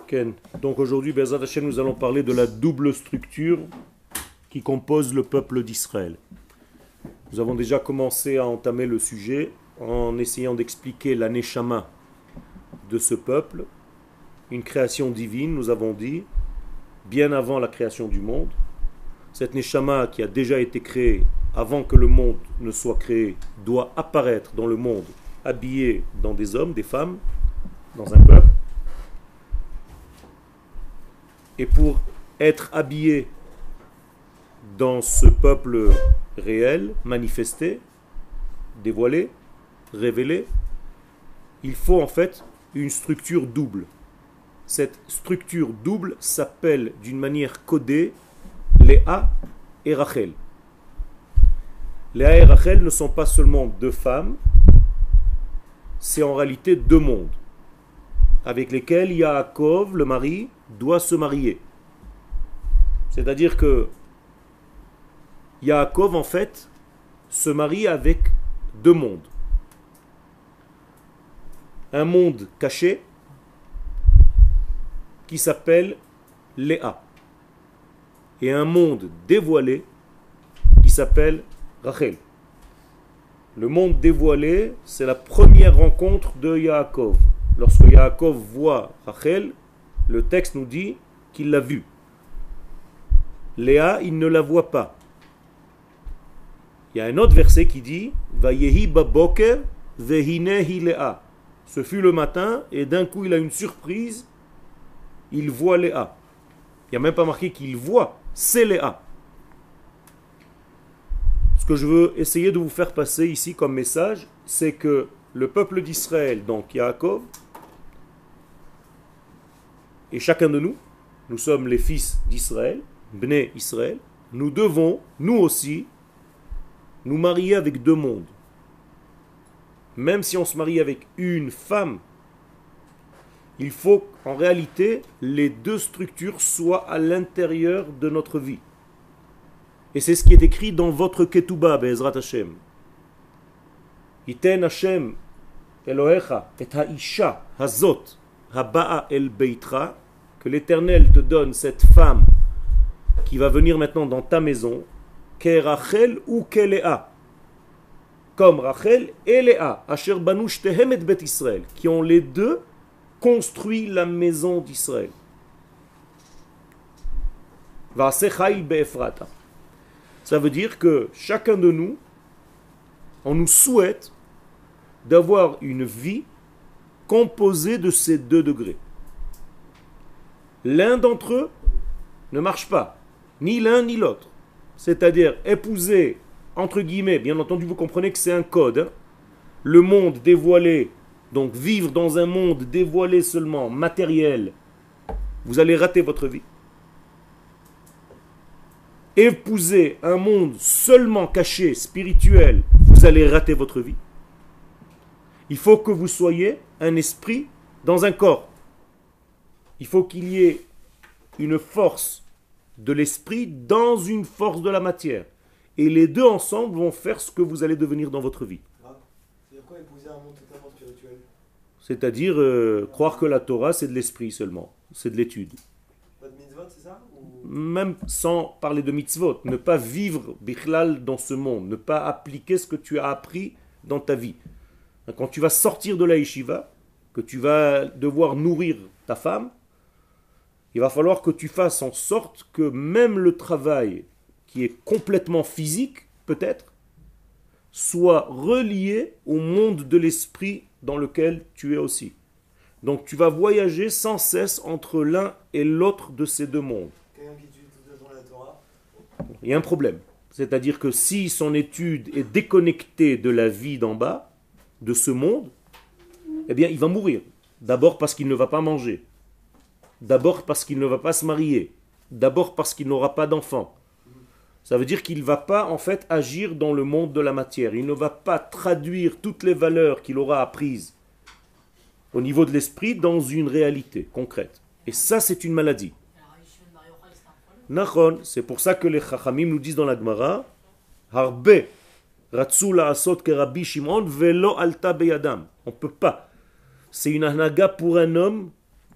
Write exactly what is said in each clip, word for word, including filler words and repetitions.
Ken. Donc aujourd'hui, Bezrat Hashem, nous allons parler de la double structure qui compose le peuple d'Israël. Nous avons déjà commencé à entamer le sujet en essayant d'expliquer la Neshama de ce peuple, une création divine, nous avons dit, bien avant la création du monde. Cette Neshama qui a déjà été créée avant que le monde ne soit créé doit apparaître dans le monde habillée dans des hommes, des femmes, dans un peuple. Et pour être habillé dans ce peuple réel, manifesté, dévoilé, révélé, il faut en fait une structure double. Cette structure double s'appelle d'une manière codée Léa et Rachel. Léa et Rachel ne sont pas seulement deux femmes, c'est en réalité deux mondes avec lesquels Yaakov, le mari, doit se marier. C'est-à-dire que Yaakov, en fait, se marie avec deux mondes. Un monde caché qui s'appelle Léa et un monde dévoilé qui s'appelle Rachel. Le monde dévoilé, c'est la première rencontre de Yaakov. Lorsque Yaakov voit Rachel, le texte nous dit qu'il l'a vue. Léa, il ne la voit pas. Il y a un autre verset qui dit Vayehi baboker vehinehi Léa. Ce fut le matin et d'un coup il a une surprise, il voit Léa. Il n'y a même pas marqué qu'il voit, c'est Léa. Ce que je veux essayer de vous faire passer ici comme message, c'est que le peuple d'Israël, donc Yaakov, et chacun de nous, nous sommes les fils d'Israël, Bnei Israël, nous devons, nous aussi, nous marier avec deux mondes. Même si on se marie avec une femme, il faut en réalité les deux structures soient à l'intérieur de notre vie. Et c'est ce qui est écrit dans votre Ketubah, Be'ezrat Hashem. Iten Hashem Elohecha et ha'isha hazot haba'a el beitra, que l'Éternel te donne cette femme qui va venir maintenant dans ta maison, ke Rachel ou ke Léa, comme Rachel et Léa, asher banu shtehem et bet Israël, qui ont les deux construit la maison d'Israël. Va'aseh chayil be'efrata. Ça veut dire que chacun de nous, on nous souhaite d'avoir une vie composée de ces deux degrés. L'un d'entre eux ne marche pas, ni l'un ni l'autre. C'est-à-dire épouser, entre guillemets, bien entendu vous comprenez que c'est un code, hein, le monde dévoilé, donc vivre dans un monde dévoilé seulement, matériel, vous allez rater votre vie. Épouser un monde seulement caché, spirituel, vous allez rater votre vie. Il faut que vous soyez un esprit dans un corps. Il faut qu'il y ait une force de l'esprit dans une force de la matière. Et les deux ensemble vont faire ce que vous allez devenir dans votre vie. Ah, c'est-à-dire quoi épouser un monde totalement spirituel? C'est-à-dire euh, croire que la Torah c'est de l'esprit seulement, c'est de l'étude. Pas de mitzvot, c'est ça? Ou... Même sans parler de mitzvot, ne pas vivre bichlal dans ce monde, ne pas appliquer ce que tu as appris dans ta vie. Quand tu vas sortir de la yeshiva, que tu vas devoir nourrir ta femme, il va falloir que tu fasses en sorte que même le travail qui est complètement physique, peut-être, soit relié au monde de l'esprit dans lequel tu es aussi. Donc tu vas voyager sans cesse entre l'un et l'autre de ces deux mondes. Quelqu'un qui étudie toute la journée la Torah. Il y a un problème. C'est-à-dire que si son étude est déconnectée de la vie d'en bas, de ce monde, eh bien il va mourir. D'abord parce qu'il ne va pas manger. D'abord parce qu'il ne va pas se marier. D'abord parce qu'il n'aura pas d'enfant. Ça veut dire qu'il ne va pas en fait agir dans le monde de la matière. Il ne va pas traduire toutes les valeurs qu'il aura apprises au niveau de l'esprit dans une réalité concrète. Et ça c'est une maladie. Nachon, c'est pour ça que les Chachamim nous disent dans la Gemara, Harbe ratzu la'asot ke Rabbi Shimon velo alta beyadam. On ne peut pas. C'est une hanaga pour un homme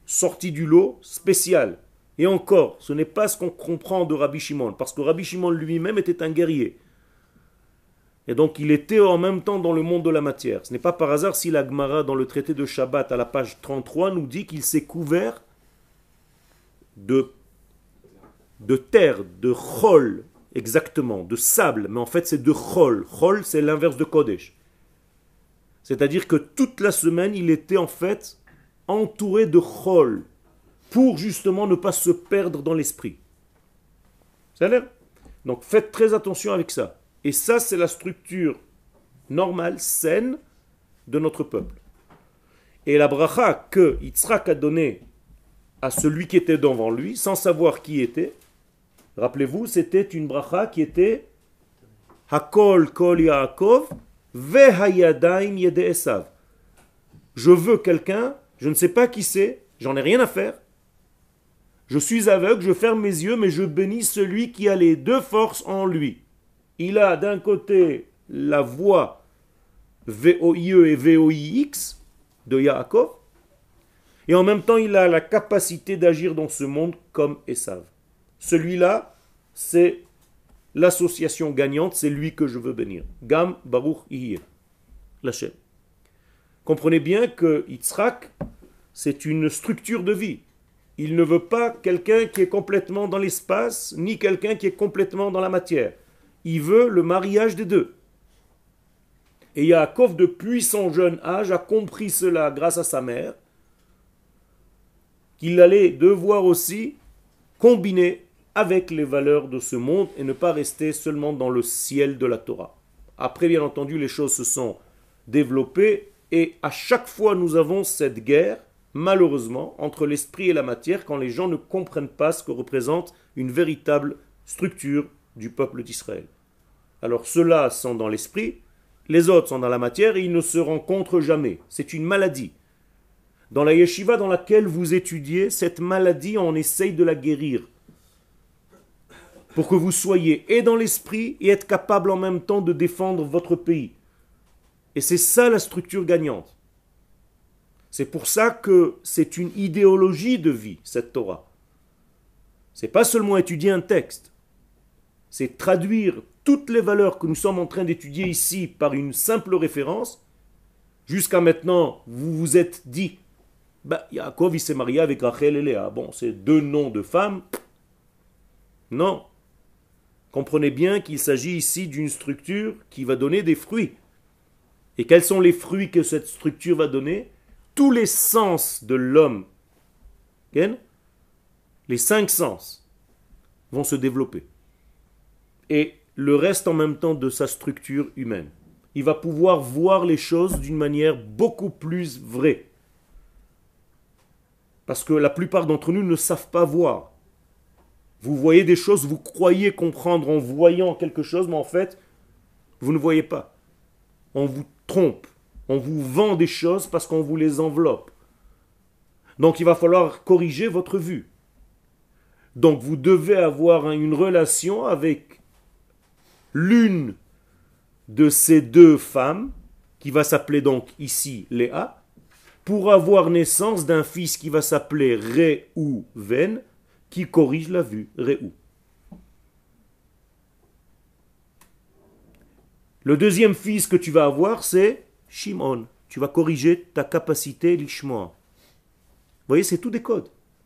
sorti du lot spécial. Et encore, ce n'est pas ce qu'on comprend de Rabbi Shimon, parce que Rabbi Shimon lui-même était un guerrier. Et donc il était en même temps dans le monde de la matière. Ce n'est pas par hasard si la Gemara dans le traité de Shabbat à la page trente-trois nous dit qu'il s'est couvert de, de terre, de chol, exactement, de sable. Mais en fait c'est de chol. Chol c'est l'inverse de Kodesh. C'est-à-dire que toute la semaine il était en fait entouré de chol pour justement ne pas se perdre dans l'esprit. Ça a l'air ? Donc faites très attention avec ça. Et ça, c'est la structure normale, saine de notre peuple. Et la bracha que Yitzhak a donnée à celui qui était devant lui, sans savoir qui était, rappelez-vous, c'était une bracha qui était Hakol kol Yaakov vehayadaim yede Esav. Je veux quelqu'un, je ne sais pas qui c'est, j'en ai rien à faire. Je suis aveugle, je ferme mes yeux, mais je bénis celui qui a les deux forces en lui. Il a d'un côté la voix V O I E et V O I X de Yaakov, et en même temps il a la capacité d'agir dans ce monde comme Esav. Celui-là, c'est l'association gagnante, c'est lui que je veux bénir. Gam Baruch Yihye, l'Hashem. Comprenez bien que Yitzhak, c'est une structure de vie. Il ne veut pas quelqu'un qui est complètement dans l'espace, ni quelqu'un qui est complètement dans la matière. Il veut le mariage des deux. Et Yaakov, depuis son jeune âge, a compris cela grâce à sa mère, qu'il allait devoir aussi combiner avec les valeurs de ce monde et ne pas rester seulement dans le ciel de la Torah. Après, bien entendu, les choses se sont développées et à chaque fois, nous avons cette guerre, malheureusement, entre l'esprit et la matière quand les gens ne comprennent pas ce que représente une véritable structure du peuple d'Israël. Alors ceux-là sont dans l'esprit, les autres sont dans la matière et ils ne se rencontrent jamais. C'est une maladie. Dans la yeshiva dans laquelle vous étudiez, cette maladie, on essaye de la guérir. Pour que vous soyez et dans l'esprit et être capable en même temps de défendre votre pays. Et c'est ça la structure gagnante. C'est pour ça que c'est une idéologie de vie, cette Torah. C'est pas seulement étudier un texte. C'est traduire toutes les valeurs que nous sommes en train d'étudier ici par une simple référence. Jusqu'à maintenant, vous vous êtes dit, bah, Yaakov il s'est marié avec Rachel et Léa. Bon, c'est deux noms de femmes. Non. Comprenez bien qu'il s'agit ici d'une structure qui va donner des fruits. Et quels sont les fruits que cette structure va donner ? Tous les sens de l'homme, les cinq sens, vont se développer. Et le reste en même temps de sa structure humaine. Il va pouvoir voir les choses d'une manière beaucoup plus vraie. Parce que la plupart d'entre nous ne savent pas voir. Vous voyez des choses, vous croyez comprendre en voyant quelque chose, mais en fait, vous ne voyez pas. On vous trompe. On vous vend des choses parce qu'on vous les enveloppe. Donc il va falloir corriger votre vue. Donc vous devez avoir une relation avec l'une de ces deux femmes, qui va s'appeler donc ici Léa, pour avoir naissance d'un fils qui va s'appeler Réhouven, qui corrige la vue, Réhou. Le deuxième fils que tu vas avoir, c'est Shimon. Tu vas corriger ta capacité l'ishmoa. Vous voyez, c'est tout des codes.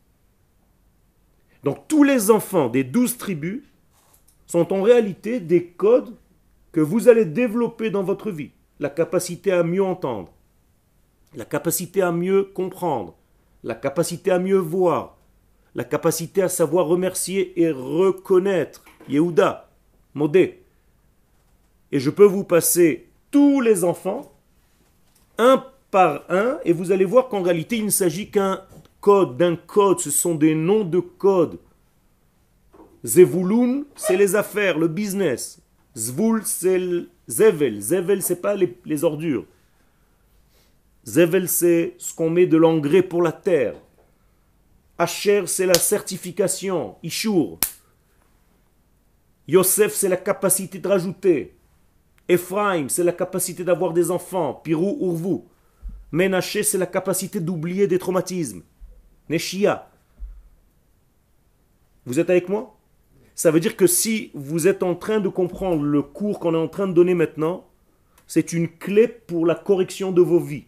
Donc tous les enfants des douze tribus sont en réalité des codes que vous allez développer dans votre vie. La capacité à mieux entendre, la capacité à mieux comprendre, la capacité à mieux voir, la capacité à savoir remercier et reconnaître. Yehuda, Modé. Et je peux vous passer tous les enfants, un par un, et vous allez voir qu'en réalité, il ne s'agit qu'un code, d'un code, ce sont des noms de code. Zevulun, c'est les affaires, le business. Zvul, c'est le Zevel. Zevel, c'est pas les, les ordures. Zevel, c'est ce qu'on met de l'engrais pour la terre. Asher, c'est la certification. Ishur. Yosef, c'est la capacité de rajouter. Ephraim, c'est la capacité d'avoir des enfants. Pirou, Urvu. Ménaché, c'est la capacité d'oublier des traumatismes. Neshia. Vous êtes avec moi? Ça veut dire que si vous êtes en train de comprendre le cours qu'on est en train de donner maintenant, c'est une clé pour la correction de vos vies.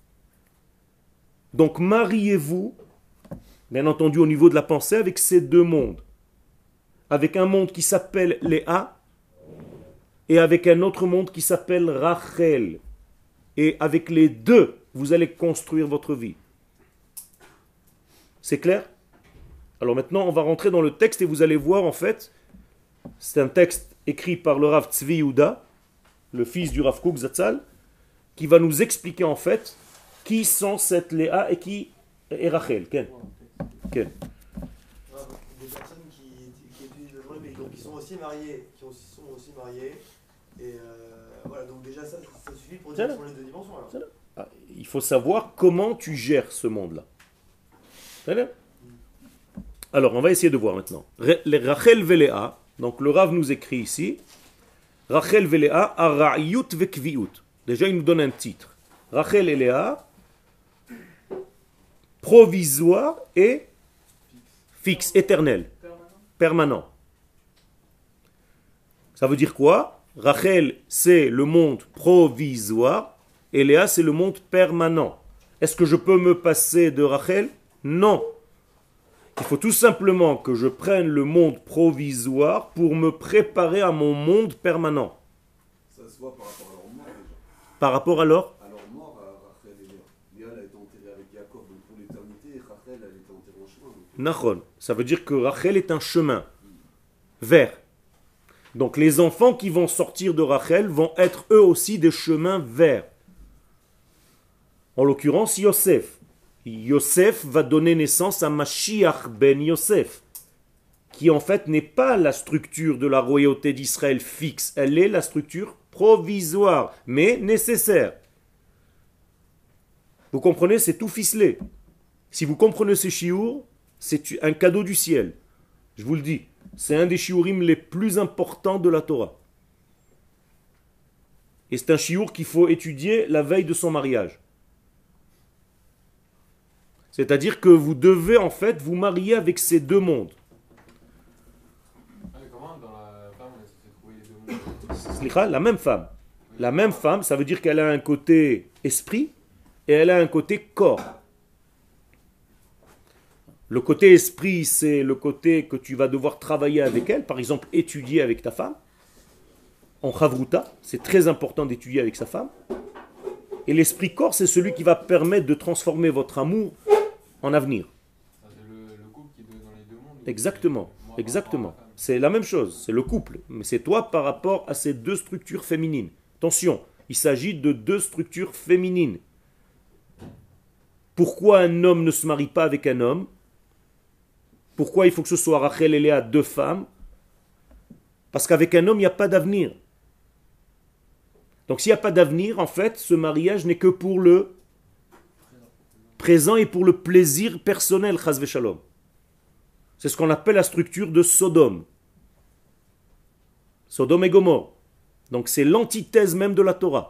Donc mariez-vous, bien entendu au niveau de la pensée, avec ces deux mondes. Avec un monde qui s'appelle Léa et avec un autre monde qui s'appelle Rachel. Et avec les deux, vous allez construire votre vie. C'est clair? Alors maintenant, on va rentrer dans le texte et vous allez voir en fait, c'est un texte écrit par le Rav Tzvi Yehuda, le fils du Rav Kook Zatzal, qui va nous expliquer en fait qui sont cette Léa et qui est Rachel. Ken. Ken. Des personnes qui, qui étudient le journée, mais donc qui sont aussi mariées, qui aussi, sont aussi mariées. Et euh, voilà, donc déjà ça, ça suffit pour dire sur les deux dimensions. Alors. Ah, il faut savoir comment tu gères ce monde-là. C'est Alors, on va essayer de voir maintenant. Les Rachel Veléa, donc le Rav nous écrit ici, Rachel Veléa, Ara'iyut Vekviut. Déjà, il nous donne un titre. Rachel et Léa, provisoire et fixe, éternel, permanent. Ça veut dire quoi? Rachel, c'est le monde provisoire et Léa, c'est le monde permanent. Est-ce que je peux me passer de Rachel? Non. Il faut tout simplement que je prenne le monde provisoire pour me préparer à mon monde permanent. Ça se voit par rapport à leur mort déjà. Par rapport à leur À leur mort, à Rachel et Léa. Léa, elle a été enterrée avec Jacob donc pour l'éternité et Rachel, elle était enterrée en chemin. Donc... Nachon. Ça veut dire que Rachel est un chemin vers. Donc les enfants qui vont sortir de Rachel vont être eux aussi des chemins vers. En l'occurrence, Yosef. Yosef va donner naissance à Mashiach ben Yosef, qui en fait n'est pas la structure de la royauté d'Israël fixe, elle est la structure provisoire, mais nécessaire. Vous comprenez, c'est tout ficelé. Si vous comprenez ce chiour, c'est un cadeau du ciel. Je vous le dis, c'est un des shiurim les plus importants de la Torah. Et c'est un chiour qu'il faut étudier la veille de son mariage. C'est-à-dire que vous devez en fait vous marier avec ces deux mondes. Ah, mais comment dans la femme on essaie de trouver les deux mondes? La même femme. La même femme, ça veut dire qu'elle a un côté esprit et elle a un côté corps. Le côté esprit, c'est le côté que tu vas devoir travailler avec elle, par exemple étudier avec ta femme. En chavruta, c'est très important d'étudier avec sa femme. Et l'esprit corps, c'est celui qui va permettre de transformer votre amour en avenir. Ah, c'est le, le couple qui est dans les deux mondes. Exactement, Moi, exactement. par rapport à la femme. C'est la même chose, c'est le couple. Mais c'est toi par rapport à ces deux structures féminines. Attention, il s'agit de deux structures féminines. Pourquoi un homme ne se marie pas avec un homme? Pourquoi il faut que ce soit Rachel et Léa, deux femmes? Parce qu'avec un homme, il n'y a pas d'avenir. Donc s'il n'y a pas d'avenir, en fait, ce mariage n'est que pour le présent et pour le plaisir personnel, chas v'shalom. C'est ce qu'on appelle la structure de Sodome. Sodome et Gomorre. Donc c'est l'antithèse même de la Torah.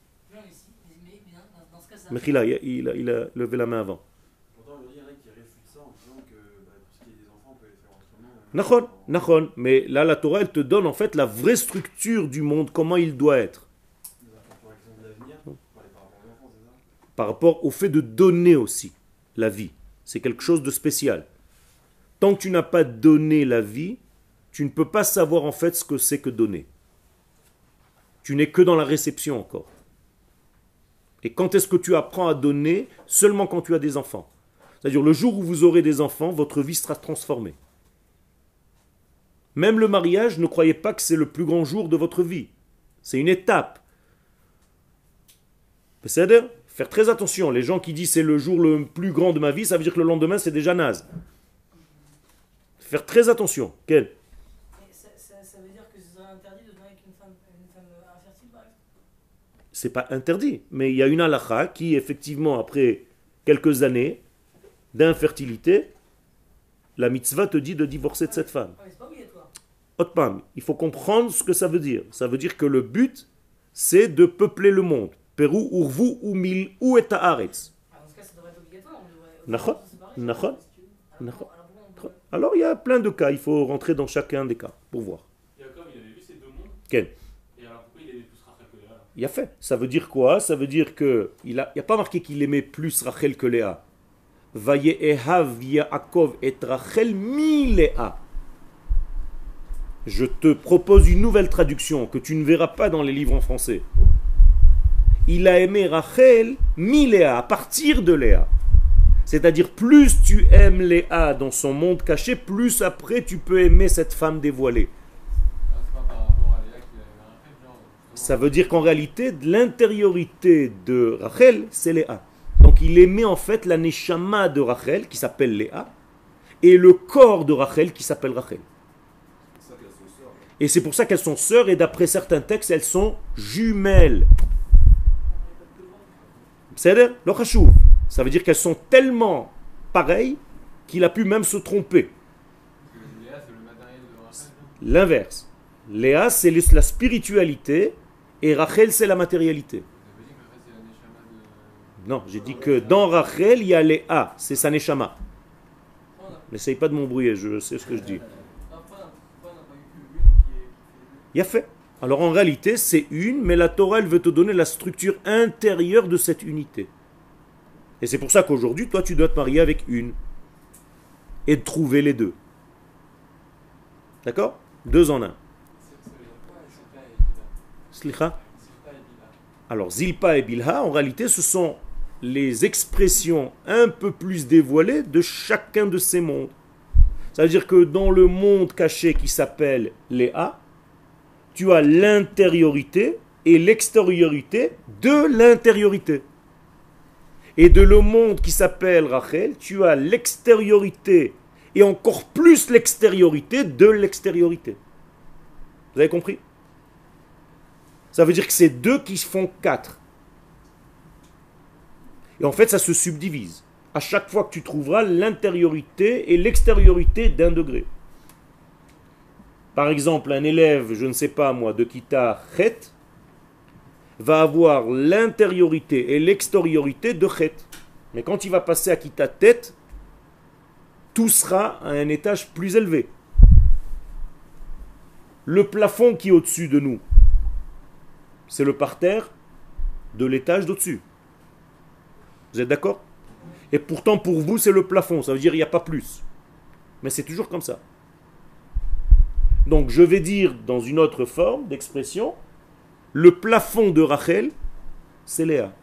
Mechila, il, il, a- il a levé la main avant. Pourtant, il y en a qui réfutent ça en disant que bah, tout ce qui est des enfants, on peut les faire autrement. Nachon, nachon. Mais là, la Torah, elle te donne en fait la vraie structure du monde, comment il doit être. Des enfants pour la question de l'avenir, pour les par rapport aux enfants, c'est ça? Par rapport au fait de donner aussi la vie. C'est quelque chose de spécial. Tant que tu n'as pas donné la vie, tu ne peux pas savoir en fait ce que c'est que donner. Tu n'es que dans la réception encore. Et quand est-ce que tu apprends à donner? Seulement quand tu as des enfants. C'est-à-dire le jour où vous aurez des enfants, votre vie sera transformée. Même le mariage, ne croyez pas que c'est le plus grand jour de votre vie. C'est une étape. C'est-à-dire, faire très attention. Les gens qui disent c'est le jour le plus grand de ma vie, ça veut dire que le lendemain c'est déjà naze. Faire très attention. Quel? Mais ça, ça, ça veut dire que ce serait interdit de donner avec une femme, une femme infertile, par exemple? C'est pas interdit, mais il y a une halakha qui, effectivement, après quelques années d'infertilité, la mitzvah te dit de divorcer de cette femme. Ah, mais c'est pas obligatoire. Otpam, il faut comprendre ce que ça veut dire. Ça veut dire que le but, c'est de peupler le monde. Pérou, urvu, umil, ou et haaretz. Ah, dans ce cas, ça devrait être obligatoire. On devrait... Nachon. C'est pareil. Nachon. Nachon. Alors il y a plein de cas, il faut rentrer dans chacun des cas pour voir. Jacob, il avait vu ces deux mondes. Quel? Et alors pourquoi il aimait plus Rachel que Léa? Il a fait. Ça veut dire quoi? Ça veut dire que il a, il a pas marqué qu'il aimait plus Rachel que Léa. Vayehav Yaakov et Rachel mi Léa. Je te propose une nouvelle traduction que tu ne verras pas dans les livres en français. Il a aimé Rachel mi Léa, à partir de Léa. C'est-à-dire, plus tu aimes Léa dans son monde caché, plus après tu peux aimer cette femme dévoilée. Ah, c'est pas par rapport à Léa qu'il aimait Rachel, genre. Ça veut dire qu'en réalité, de l'intériorité de Rachel, c'est Léa. Donc il aimait en fait la neshama de Rachel, qui s'appelle Léa, et le corps de Rachel, qui s'appelle Rachel. C'est ça qu'elles sont sœurs. Et c'est pour ça qu'elles sont sœurs, et d'après certains textes, elles sont jumelles. C'est-à-dire, le chachouv. Ça veut dire qu'elles sont tellement pareilles qu'il a pu même se tromper. Parce que Léa, c'est le matériel de Rachel. L'inverse. Léa, c'est la spiritualité, et Rachel, c'est la matérialité. Ça veut dire que Rachel, c'est la neshama de. Non, j'ai dit que dans Rachel, il y a Léa, c'est sa neshama. N'essaye pas de m'embrouiller, je sais ce que je dis. Il y a fait. Alors en réalité, c'est une, mais la Torah, elle veut te donner la structure intérieure de cette unité. Et c'est pour ça qu'aujourd'hui, toi, tu dois te marier avec une. Et de trouver les deux. D'accord? Deux en un. Slicha. Alors, Zilpa et Bilha, en réalité, ce sont les expressions un peu plus dévoilées de chacun de ces mondes. Ça veut dire que dans le monde caché qui s'appelle Léa, tu as l'intériorité et l'extériorité de l'intériorité. Et de le monde qui s'appelle Rachel, tu as l'extériorité et encore plus l'extériorité de l'extériorité. Vous avez compris? Ça veut dire que c'est deux qui font quatre. Et en fait, ça se subdivise. À chaque fois que tu trouveras l'intériorité et l'extériorité d'un degré. Par exemple, un élève, je ne sais pas moi, de Kita Chet, va avoir l'intériorité et l'extériorité de Chet. Mais quand il va passer à Kita Tet, tout sera à un étage plus élevé. Le plafond qui est au-dessus de nous, c'est le parterre de l'étage d'au-dessus. Vous êtes d'accord? Et pourtant, pour vous, c'est le plafond. Ça veut dire qu'il n'y a pas plus. Mais c'est toujours comme ça. Donc, je vais dire dans une autre forme d'expression, le plafond de Rachel, c'est Léa.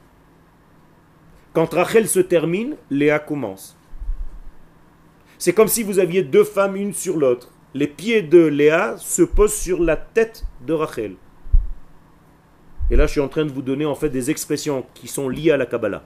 Quand Rachel se termine, Léa commence. C'est comme si vous aviez deux femmes, une sur l'autre. Les pieds de Léa se posent sur la tête de Rachel. Et là, je suis en train de vous donner en fait des expressions qui sont liées à la Kabbalah.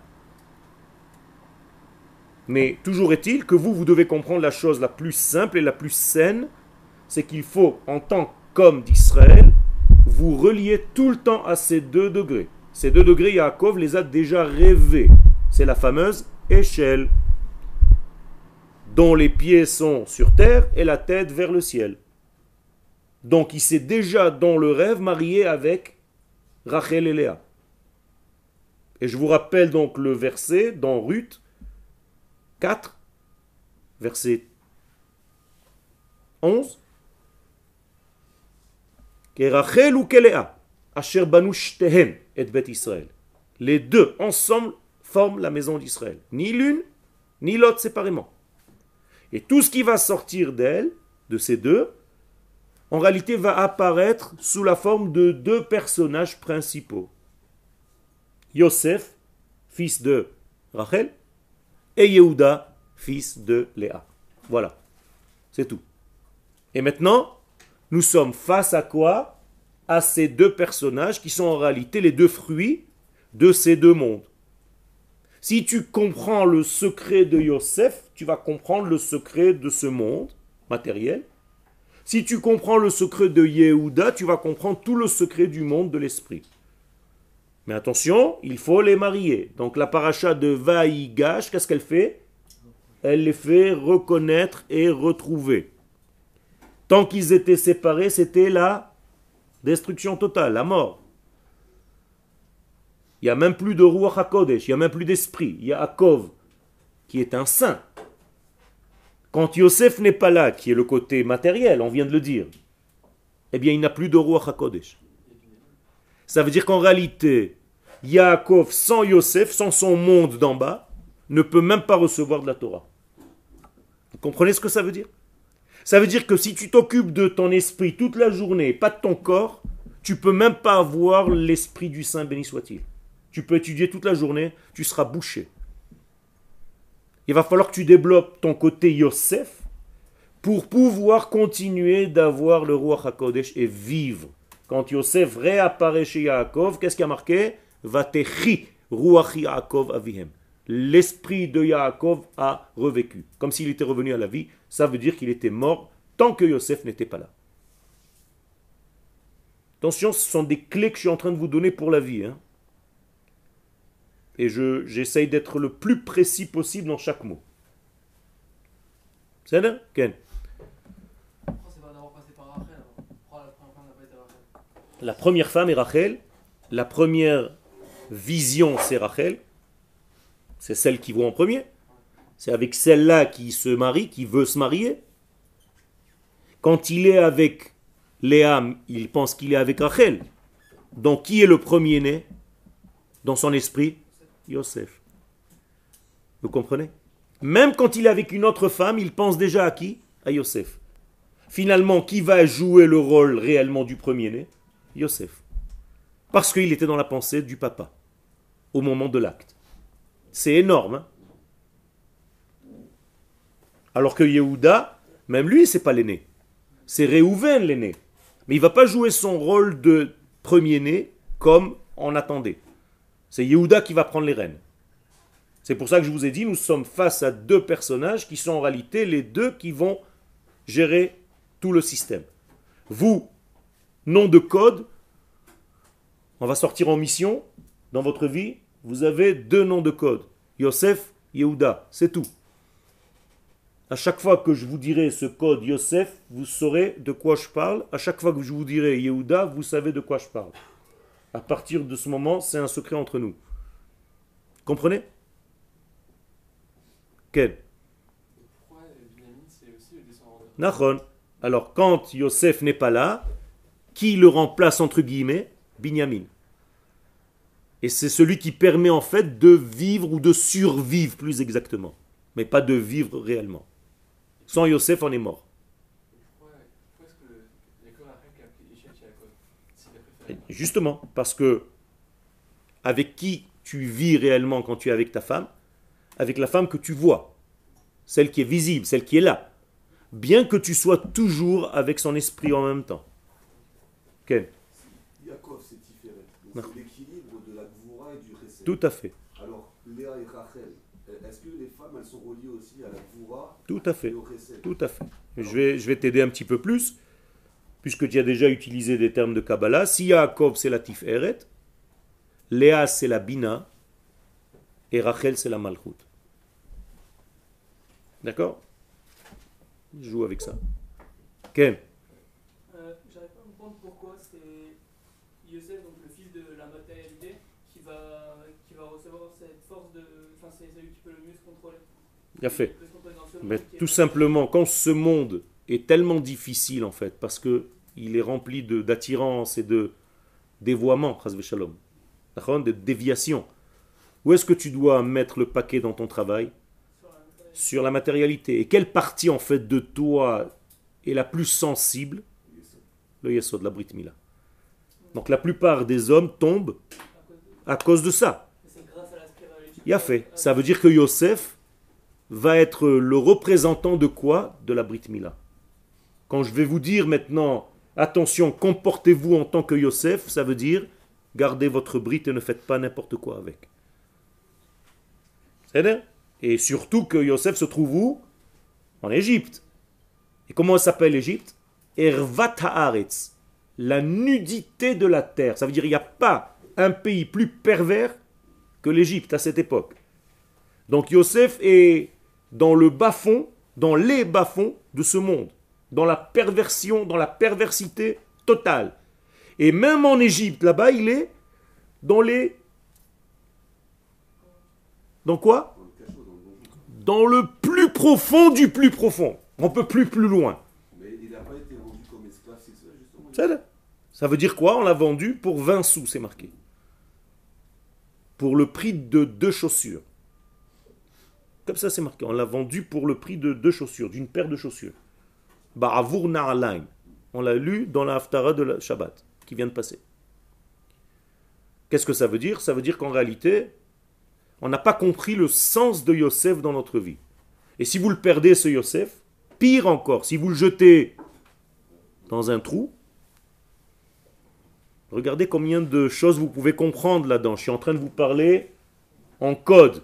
Mais toujours est-il que vous, vous devez comprendre la chose la plus simple et la plus saine, c'est qu'il faut, en tant qu'homme d'Israël, vous relier tout le temps à ces deux degrés. Ces deux degrés, Yaakov les a déjà rêvés. C'est la fameuse échelle, dont les pieds sont sur terre et la tête vers le ciel. Donc il s'est déjà dans le rêve marié avec Rachel et Léa. Et je vous rappelle donc le verset dans Ruth quatre, verset onze. Rachel ou Léa, asher banu shtehen et bet Israël. Les deux ensemble forment la maison d'Israël. Ni l'une, ni l'autre séparément. Et tout ce qui va sortir d'elle, de ces deux, en réalité va apparaître sous la forme de deux personnages principaux. Yosef, fils de Rachel, et Yehuda, fils de Léa. Voilà, c'est tout. Et maintenant, nous sommes face à quoi? À ces deux personnages qui sont en réalité les deux fruits de ces deux mondes. Si tu comprends le secret de Yosef, tu vas comprendre le secret de ce monde matériel. Si tu comprends le secret de Yehuda, tu vas comprendre tout le secret du monde de l'esprit. Mais attention, il faut les marier. Donc la paracha de Vaïgash, qu'est-ce qu'elle fait? Elle les fait reconnaître et retrouver. Tant qu'ils étaient séparés, c'était la destruction totale, la mort. Il n'y a même plus de Ruach HaKodesh, il n'y a même plus d'esprit. Yaakov qui est un saint. Quand Yosef n'est pas là, qui est le côté matériel, on vient de le dire, eh bien il n'a plus de Ruach HaKodesh. Ça veut dire qu'en réalité, Yaakov sans Yosef, sans son monde d'en bas, ne peut même pas recevoir de la Torah. Vous comprenez ce que ça veut dire? Ça veut dire que si tu t'occupes de ton esprit toute la journée, pas de ton corps, tu peux même pas avoir l'esprit du Saint, béni soit-il. Tu peux étudier toute la journée, tu seras bouché. Il va falloir que tu développes ton côté Yosef pour pouvoir continuer d'avoir le Ruach HaKodesh et vivre. Quand Yosef réapparaît chez Yaakov, qu'est-ce qui a marqué? Vatechi Ruach Yaakov avihem. L'esprit de Yaakov a revécu. Comme s'il était revenu à la vie, ça veut dire qu'il était mort tant que Yosef n'était pas là. Attention, ce sont des clés que je suis en train de vous donner pour la vie. Hein. Et je, j'essaye d'être le plus précis possible dans chaque mot. C'est là, Ken? La première femme est Rachel. La première vision, c'est Rachel. C'est celle qui voit en premier. C'est avec celle-là qui se marie, qui veut se marier. Quand il est avec Léa, il pense qu'il est avec Rachel. Donc qui est le premier-né dans son esprit? Yosef. Vous comprenez? Même quand il est avec une autre femme, il pense déjà à qui? À Yosef. Finalement, qui va jouer le rôle réellement du premier-né? Yosef. Parce qu'il était dans la pensée du papa au moment de l'acte. C'est énorme. Hein? Alors que Yehuda, même lui, c'est pas l'aîné. C'est Réhouven l'aîné. Mais il ne va pas jouer son rôle de premier-né comme on attendait. C'est Yehuda qui va prendre les rênes. C'est pour ça que je vous ai dit, nous sommes face à deux personnages qui sont en réalité les deux qui vont gérer tout le système. Vous, nom de code, on va sortir en mission dans votre vie, vous avez deux noms de code. Yosef, Yehuda, c'est tout. À chaque fois que je vous dirai ce code Yosef, vous saurez de quoi je parle. À chaque fois que je vous dirai Yehuda, vous savez de quoi je parle. À partir de ce moment, c'est un secret entre nous. Comprenez? Quel? Pourquoi Binyamin, c'est aussi le descendant de... Nachon. Alors, quand Yosef n'est pas là, qui le remplace entre guillemets? Binyamin. Et c'est celui qui permet en fait de vivre ou de survivre plus exactement. Mais pas de vivre réellement. Sans Yosef, on est mort. Pourquoi, pourquoi est-ce que Yaakov a fait qu'après Échec Yaakov s'il a préféré? Justement, parce que avec qui tu vis réellement quand tu es avec ta femme? Avec la femme que tu vois. Celle qui est visible, celle qui est là. Bien que tu sois toujours avec son esprit en même temps. Quel? Yaakov, c'est différent. Donc c'est l'équilibre de la Gvoura et du Chesed. Tout à fait. Alors, Léa et Rachel, est-ce que les femmes, elles sont reliées aussi à la Gvoura Tout à fait. et au Chesed? Tout à fait. Je vais, je vais t'aider un petit peu plus, puisque tu as déjà utilisé des termes de Kabbalah. Si Yaakov, c'est la Tiferet, Léa, c'est la Bina, et Rachel, c'est la Malchut. D'accord? Je joue avec ça. Ken? Euh, J'arrive pas à comprendre pourquoi c'est Yosef, donc le fils de la matérialité, qui va, qui va recevoir cette force de. Enfin, c'est celui qui peut le mieux se contrôler. Bien fait. Il peut se contrôler dans ce Mais monde qui est tout pas- simplement, quand ce monde est tellement difficile en fait, parce que il est rempli de- d'attirance et de dévoiement, chas v'shalom, de déviation. Où est-ce que tu dois mettre le paquet dans ton travail? sur la matérialité. Sur la matérialité. Et quelle partie en fait de toi est la plus sensible? Le yesod, la brit mila. Donc la plupart des hommes tombent À cause de- à cause de ça. Mais c'est grâce à la spiritualité. Il a fait. Ça veut dire que Yosef va être le représentant de quoi? De la brit mila. Quand je vais vous dire maintenant, attention, comportez-vous en tant que Yosef, ça veut dire gardez votre brit et ne faites pas n'importe quoi avec. C'est vrai? Et surtout que Yosef se trouve où? En Égypte. Et comment s'appelle l'Égypte? Ervat haaretz, la nudité de la terre. Ça veut dire qu'il n'y a pas un pays plus pervers que l'Égypte à cette époque. Donc Yosef est dans le bas-fond, dans les bas-fonds de ce monde, dans la perversion, dans la perversité totale. Et même en Égypte, là-bas, il est dans les... Dans quoi? Dans le cachot, dans le donjon. dans le plus profond du plus profond. On peut plus plus loin. Mais il n'a pas été vendu comme esclave, c'est ça justement. Ça, là. Ça veut dire quoi? On l'a vendu pour vingt sous, c'est marqué. Pour le prix de deux chaussures. Comme ça, c'est marqué. On l'a vendu pour le prix de deux chaussures, d'une paire de chaussures. Ba'avour na'alain. On l'a lu dans la Haftara de la Shabbat, qui vient de passer. Qu'est-ce que ça veut dire? Ça veut dire qu'en réalité, on n'a pas compris le sens de Yosef dans notre vie. Et si vous le perdez, ce Yosef, pire encore, si vous le jetez dans un trou, regardez combien de choses vous pouvez comprendre là-dedans. Je suis en train de vous parler en code.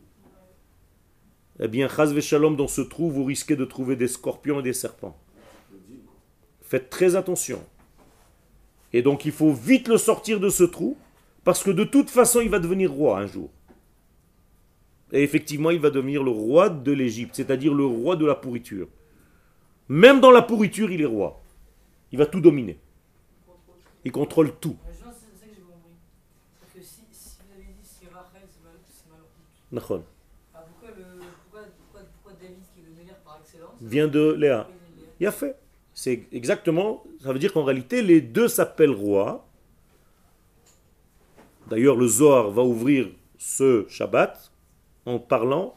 Eh bien, chas v'shalom, dans ce trou, vous risquez de trouver des scorpions et des serpents. Faites très attention. Et donc, il faut vite le sortir de ce trou, parce que de toute façon, il va devenir roi un jour. Et effectivement, il va devenir le roi de l'Égypte, c'est-à-dire le roi de la pourriture. Même dans la pourriture, il est roi. Il va tout dominer. Il contrôle tout. Mais je pense que c'est ça que j'ai compris. C'est que si, si vous avez dit si Rachel c'est mal, c'est mal. Nachon. Ah, pourquoi, le, pourquoi, pourquoi, pourquoi David, qui est le meilleur par excellence, Vient de Léa. Il a fait. C'est exactement, ça veut dire qu'en réalité, les deux s'appellent rois. D'ailleurs, le Zohar va ouvrir ce Shabbat en parlant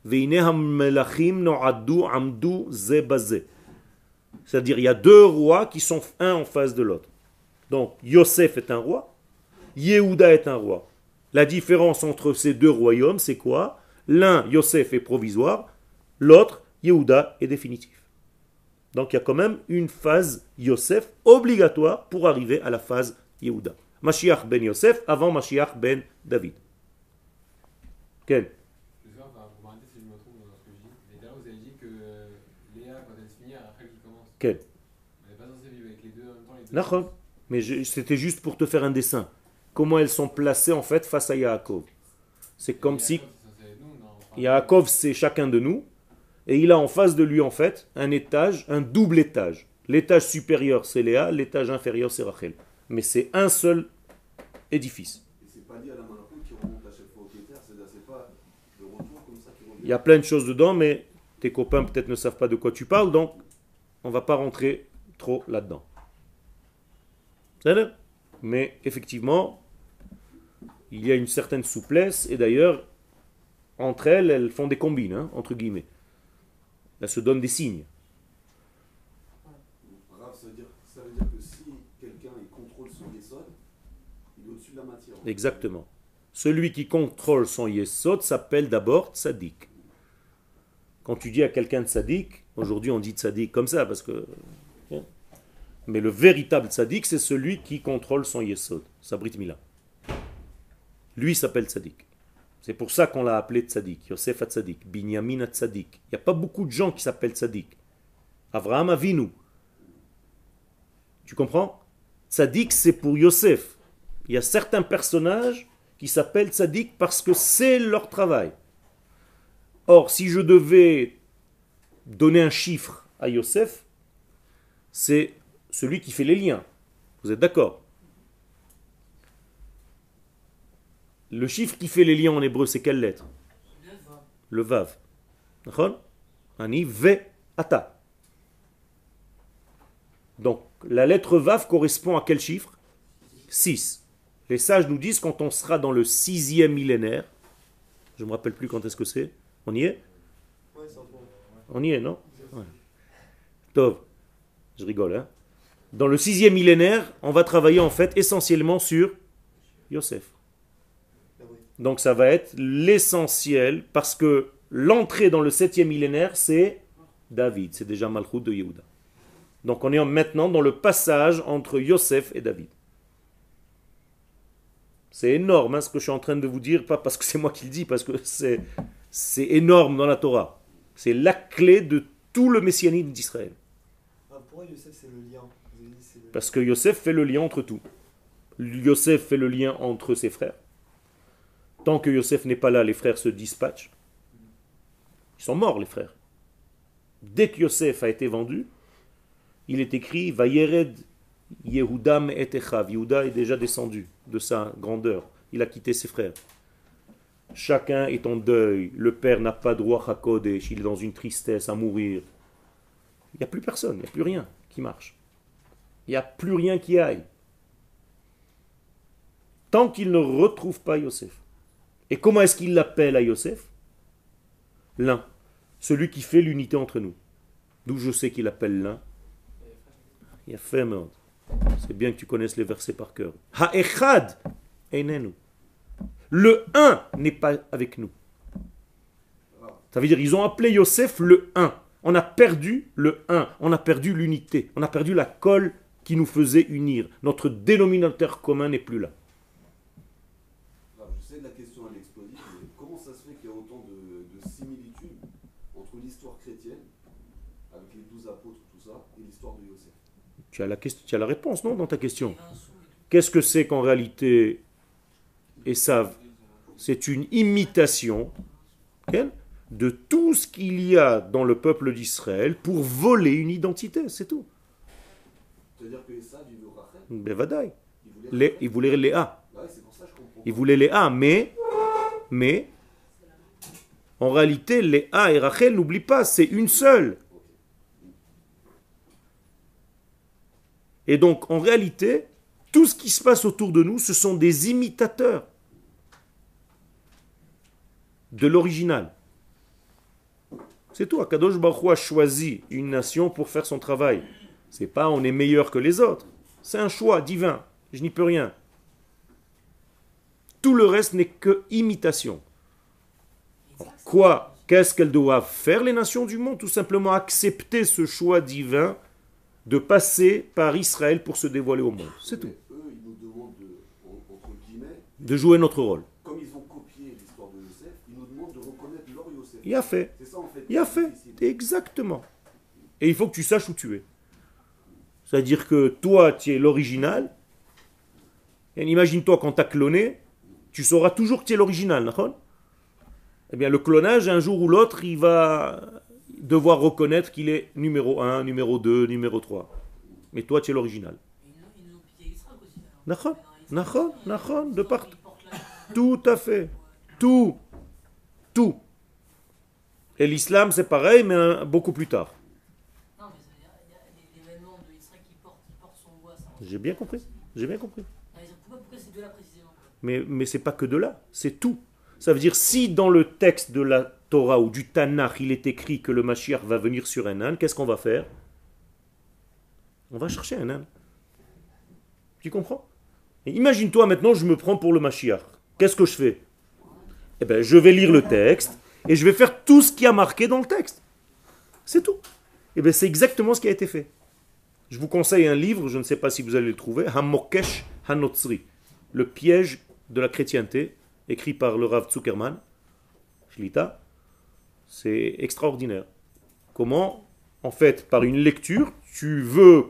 c'est-à-dire, il y a deux rois qui sont un en face de l'autre. Donc, Yosef est un roi, Yehuda est un roi. La différence entre ces deux royaumes, c'est quoi? L'un, Yosef, est provisoire, l'autre, Yehuda, est définitif. Donc, il y a quand même une phase Yosef obligatoire pour arriver à la phase Yehuda. Mashiach ben Yosef avant Mashiach ben David. Quel? Je vais vous m'arrêtez si je me trompe dans ce que je dis. Mais d'ailleurs, vous avez dit que Léa, quand elle se finit, après qui commence. Quel? Elle n'est pas censée vivre avec les deux en même temps. Les deux. D'accord. Mais je- c'était juste pour te faire un dessin. Comment elles sont placées en fait face à Yaakov. C'est comme Et si Yaakov, c'est censé être nous, non Enfin, Yaakov c'est chacun de nous et il a en face de lui en fait un étage, un double étage. L'étage supérieur c'est Léa, l'étage inférieur c'est Rachel. Mais c'est un seul édifice. Et c'est pas lié à la Malachut qui remonte à chaque fois au Kéter, c'est-à-dire c'est pas le retour comme ça qui revient. Il y a plein de choses dedans, mais tes copains peut-être ne savent pas de quoi tu parles, donc on ne va pas rentrer trop là-dedans. C'est vrai? Mais effectivement, il y a une certaine souplesse, et d'ailleurs, entre elles, elles font des combines, hein, entre guillemets. Elles se donnent des signes. Rav, ça veut dire, ça veut dire que si quelqu'un il contrôle son yesod, il est au-dessus de la matière. Exactement. Celui qui contrôle son yesod s'appelle d'abord tzaddik. Quand tu dis à quelqu'un de tzaddik, aujourd'hui on dit tzaddik comme ça, parce que... Mais le véritable tzaddik, c'est celui qui contrôle son yesod, sa brit mila. Lui s'appelle tzaddik. C'est pour ça qu'on l'a appelé tzaddik, Yosef tzaddik, Binyamin tzaddik. Il n'y a pas beaucoup de gens qui s'appellent tzaddik. Avraham Avinu. Tu comprends? Tzaddik, c'est pour Yosef. Il y a certains personnages qui s'appellent tzaddik parce que c'est leur travail. Or, si je devais donner un chiffre à Yosef, c'est celui qui fait les liens. Vous êtes d'accord? Le chiffre qui fait les liens en hébreu, c'est quelle lettre? Le vav. D'accord? Ani ve ata. Donc, la lettre vav correspond à quel chiffre? six. Les sages nous disent quand on sera dans le sixième millénaire, je ne me rappelle plus quand est-ce que c'est, on y est? Ouais, c'est en ce moment. On y est, non? Ouais. Tov, je rigole, hein? Dans le sixième millénaire, on va travailler en fait essentiellement sur Yosef. Ah oui. Donc ça va être l'essentiel, parce que l'entrée dans le septième millénaire, c'est David, c'est déjà Malchut de Yehuda. Donc on est maintenant dans le passage entre Yosef et David. C'est énorme hein, ce que je suis en train de vous dire, pas parce que c'est moi qui le dis, parce que c'est, c'est énorme dans la Torah. C'est la clé de tout le messianisme d'Israël. Ah, pourquoi Yosef c'est le lien? Vous avez dit c'est le... Parce que Yosef fait le lien entre tout. Yosef fait le lien entre ses frères. Tant que Yosef n'est pas là, les frères se dispatchent. Ils sont morts, les frères. Dès que Yosef a été vendu, il est écrit Vayered Yehudam et Echav. Yehuda est déjà descendu de sa grandeur. Il a quitté ses frères. Chacun est en deuil. Le père n'a pas droit à Kodesh. Il est dans une tristesse à mourir. Il n'y a plus personne, il n'y a plus rien qui marche. Il n'y a plus rien qui aille. Tant qu'il ne retrouve pas Yosef. Et comment est-ce qu'il l'appelle à Yosef? L'un. Celui qui fait l'unité entre nous. D'où je sais qu'il appelle l'un. Il a fait merde. C'est bien que tu connaisses les versets par cœur. Ha-echad einenu. Le un n'est pas avec nous. Ça veut dire ils ont appelé Yosef le un. On a perdu le un. On a perdu l'unité. On a perdu la colle qui nous faisait unir. Notre dénominateur commun n'est plus là. Alors, je sais que la question elle est explosive, mais comment ça se fait qu'il y a autant de, de similitudes entre l'histoire chrétienne, avec les douze apôtres, tout ça, et l'histoire de Yosef? Tu as la, question, tu as la réponse, non, dans ta question? Qu'est-ce que c'est qu'en réalité, Esav? C'est une imitation okay, de tout ce qu'il y a dans le peuple d'Israël pour voler une identité, c'est tout. C'est-à-dire que Esav, il veut Rachel? Bevadaï. Il voulait Les- Rachel? Il voulait Léa. Ouais, c'est pour ça que je comprends. Il voulait Léa, mais, mais, en réalité, Léa et Rachel, n'oublie pas, c'est une seule. Et donc, en réalité, tout ce qui se passe autour de nous, ce sont des imitateurs de l'original. C'est tout. Akadosh Baruch Hu a choisi une nation pour faire son travail. C'est pas on est meilleur que les autres. C'est un choix divin. Je n'y peux rien. Tout le reste n'est que imitation. Alors, quoi? Qu'est-ce qu'elles doivent faire, les nations du monde? Tout simplement accepter ce choix divin de passer par Israël pour se dévoiler au monde. C'est tout. Mais eux, ils nous demandent de, en- entre guillemets, De jouer notre rôle. comme ils ont copié l'histoire de Yosef, ils nous demandent de reconnaître leur Yosef. Il a fait. C'est ça en fait. Il a qui est fait. difficile. Exactement. Et il faut que tu saches où tu es. C'est-à-dire que toi, tu es l'original. Et imagine-toi quand tu as cloné, tu sauras toujours que tu es l'original. D'accord? Eh bien, le clonage, un jour ou l'autre, il va devoir reconnaître qu'il est numéro un, numéro deux, numéro trois. Mais toi, tu es l'original. Ils nous ils nous ont piqué Israël aussi. alors. Nachon, Ils- nachon, ils- nachon, ils- de ils partout. portent la- Tout à fait. Tout. Tout. Et l'islam, c'est pareil, mais un- beaucoup plus tard. Non, mais ça veut dire, il y a l'événement de Israël qui porte, qui porte son bois. ça. J'ai bien compris. J'ai bien compris. Ah, mais Pourquoi, pourquoi c'est de là précisément? Mais, mais ce n'est pas que de là, c'est tout. Ça veut dire, si dans le texte de la Torah ou du Tanakh, il est écrit que le Mashiach va venir sur un âne, qu'est-ce qu'on va faire? On va chercher un âne. Tu comprends? Et imagine-toi maintenant, je me prends pour le Mashiach. Qu'est-ce que je fais? Eh bien, je vais lire le texte et je vais faire tout ce qui a marqué dans le texte. C'est tout. Eh bien, c'est exactement ce qui a été fait. Je vous conseille un livre, je ne sais pas si vous allez le trouver, Hamokesh Hanotzri, le piège de la chrétienté, écrit par le Rav Zuckerman, Shlita. C'est extraordinaire. Comment, en fait, par une lecture, tu veux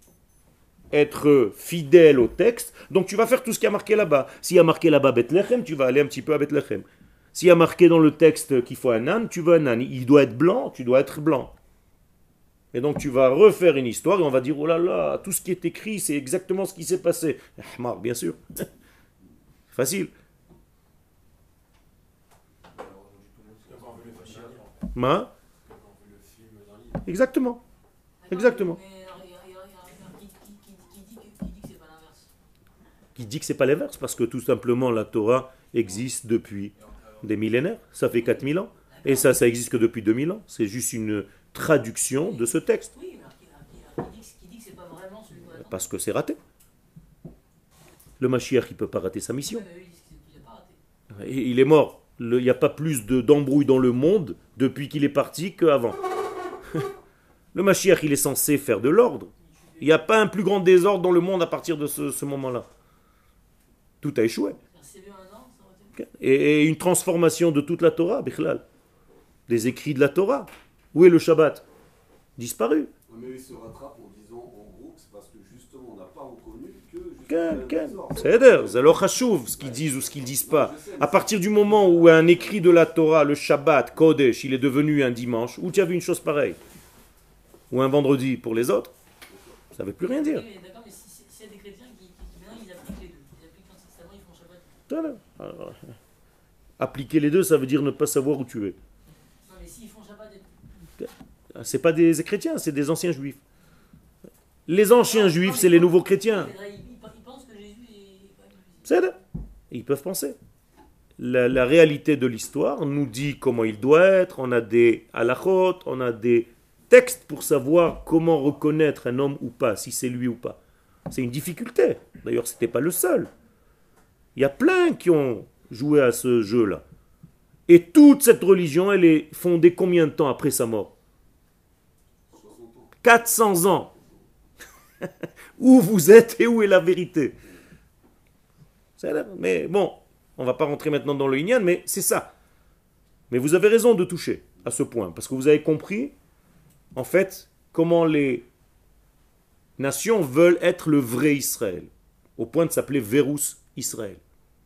être fidèle au texte, donc tu vas faire tout ce qui a marqué là-bas. S'il y a marqué là-bas Bethléem, tu vas aller un petit peu à Bethléem. S'il y a marqué dans le texte qu'il faut un âne, tu veux un âne. Il doit être blanc, tu dois être blanc. Et donc tu vas refaire une histoire et on va dire, oh là là, tout ce qui est écrit, c'est exactement ce qui s'est passé. Ahmar, bien sûr. Facile. Ma Exactement. Exactement. Mais il y a- il y a- il y a un qui- qui- qui- qui dit que- qui dit que c'est pas l'inverse. Qui dit que c'est pas l'inverse, parce que tout simplement la Torah existe depuis des millénaires, ça fait quatre mille ans, et ça, ça existe que depuis deux mille ans, c'est juste une traduction de ce texte, Oui, mais alors qui, alors qui- alors qui dit que- qui dit que c'est pas vraiment celui qu'on attend. parce que c'est raté. Le Mashiach, il peut pas rater sa mission, Ouais, mais eux, ils disent qu'il n'a pas raté. Et il est mort. Le- Il n'y a pas plus de- d'embrouille dans le monde depuis qu'il est parti qu'avant. Le Mashiach, il est censé faire de l'ordre. Il n'y a pas un plus grand désordre dans le monde à partir de ce, ce moment-là. Tout a échoué. Faire C V un an, ça aurait été. Et, et une transformation de toute la Torah, Bichlal. Des écrits de la Torah. Où est le Shabbat? Disparu. Mais ils se rattrapent en disant en gros que c'est parce que justement on n'a pas reconnu que Ken, justement ken. les ordres. C'est-à-dire, c'est alors chachouv, ce qu'ils disent ou ce qu'ils disent pas. À partir du moment où un écrit de la Torah, le Shabbat, Kodesh, il est devenu un dimanche, où tu as vu une chose pareille? Ou un vendredi pour les autres, ça ne veut plus rien dire. Oui, mais d'accord, mais si- si- s'il y a des chrétiens qui, qui, qui maintenant ils appliquent les deux, ils appliquent quand c'est avant, ils font Shabbat. Voilà. Alors, Appliquer les deux, ça veut dire ne pas savoir où tu es. Non, mais s'ils font Shabbat, et- C'est pas des chrétiens, c'est des anciens juifs. Les anciens juifs, c'est les nouveaux chrétiens. Ils, ils- ils pensent que Jésus est. C'est là. Ils peuvent penser. La, la réalité de l'histoire nous dit comment il doit être. On a des halachot, on a des textes pour savoir comment reconnaître un homme ou pas, si c'est lui ou pas. C'est une difficulté. D'ailleurs, ce n'était pas le seul. Il y a plein qui ont joué à ce jeu-là. Et toute cette religion, elle est fondée combien de temps après sa mort? quatre cents ans. Où vous êtes et où est la vérité? C'est là. Mais bon, on ne va pas rentrer maintenant dans le Inyan, mais c'est ça. Mais vous avez raison de toucher à ce point, parce que vous avez compris, en fait, comment les nations veulent être le vrai Israël, au point de s'appeler Verus Israël.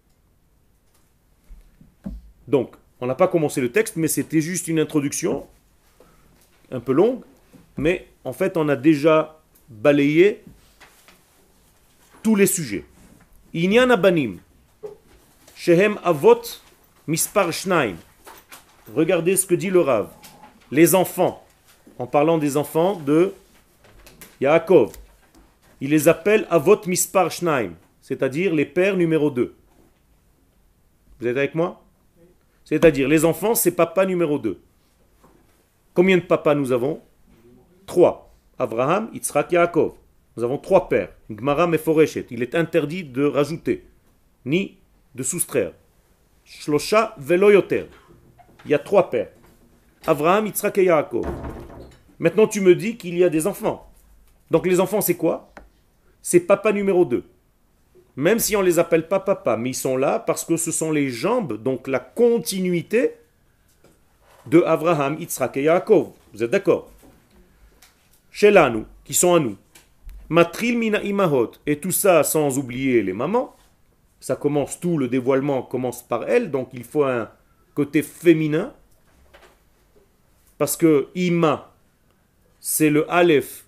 Donc, on n'a pas commencé le texte, mais c'était juste une introduction, un peu longue, mais en fait, on a déjà balayé tous les sujets. Inyan abanim, shehem avot mispar shnaim. Regardez ce que dit le Rav. Les enfants, en parlant des enfants de Yaakov, il les appelle avot mispar shnaim, c'est-à-dire les pères numéro deux. Vous êtes avec moi? C'est-à-dire, les enfants, c'est papa numéro deux. Combien de papas nous avons? Trois. Abraham, Yitzhak, Yaakov. Nous avons trois pères. Gmara meforeshet. Il est interdit de rajouter, ni de soustraire. Shlosha velo yoter. Il y a trois pères. Abraham, Yitzhak et Yaakov. Maintenant, tu me dis qu'il y a des enfants. Donc, les enfants, c'est quoi? C'est papa numéro deux. Même si on ne les appelle pas papa, mais ils sont là parce que ce sont les jambes, donc la continuité de Abraham, Yitzhak et Yaakov. Vous êtes d'accord? Shelanu, qui sont à nous. Matril mina imahot, et tout ça sans oublier les mamans. Ça commence, tout le dévoilement commence par elles, donc il faut un côté féminin. Parce que ima, c'est le aleph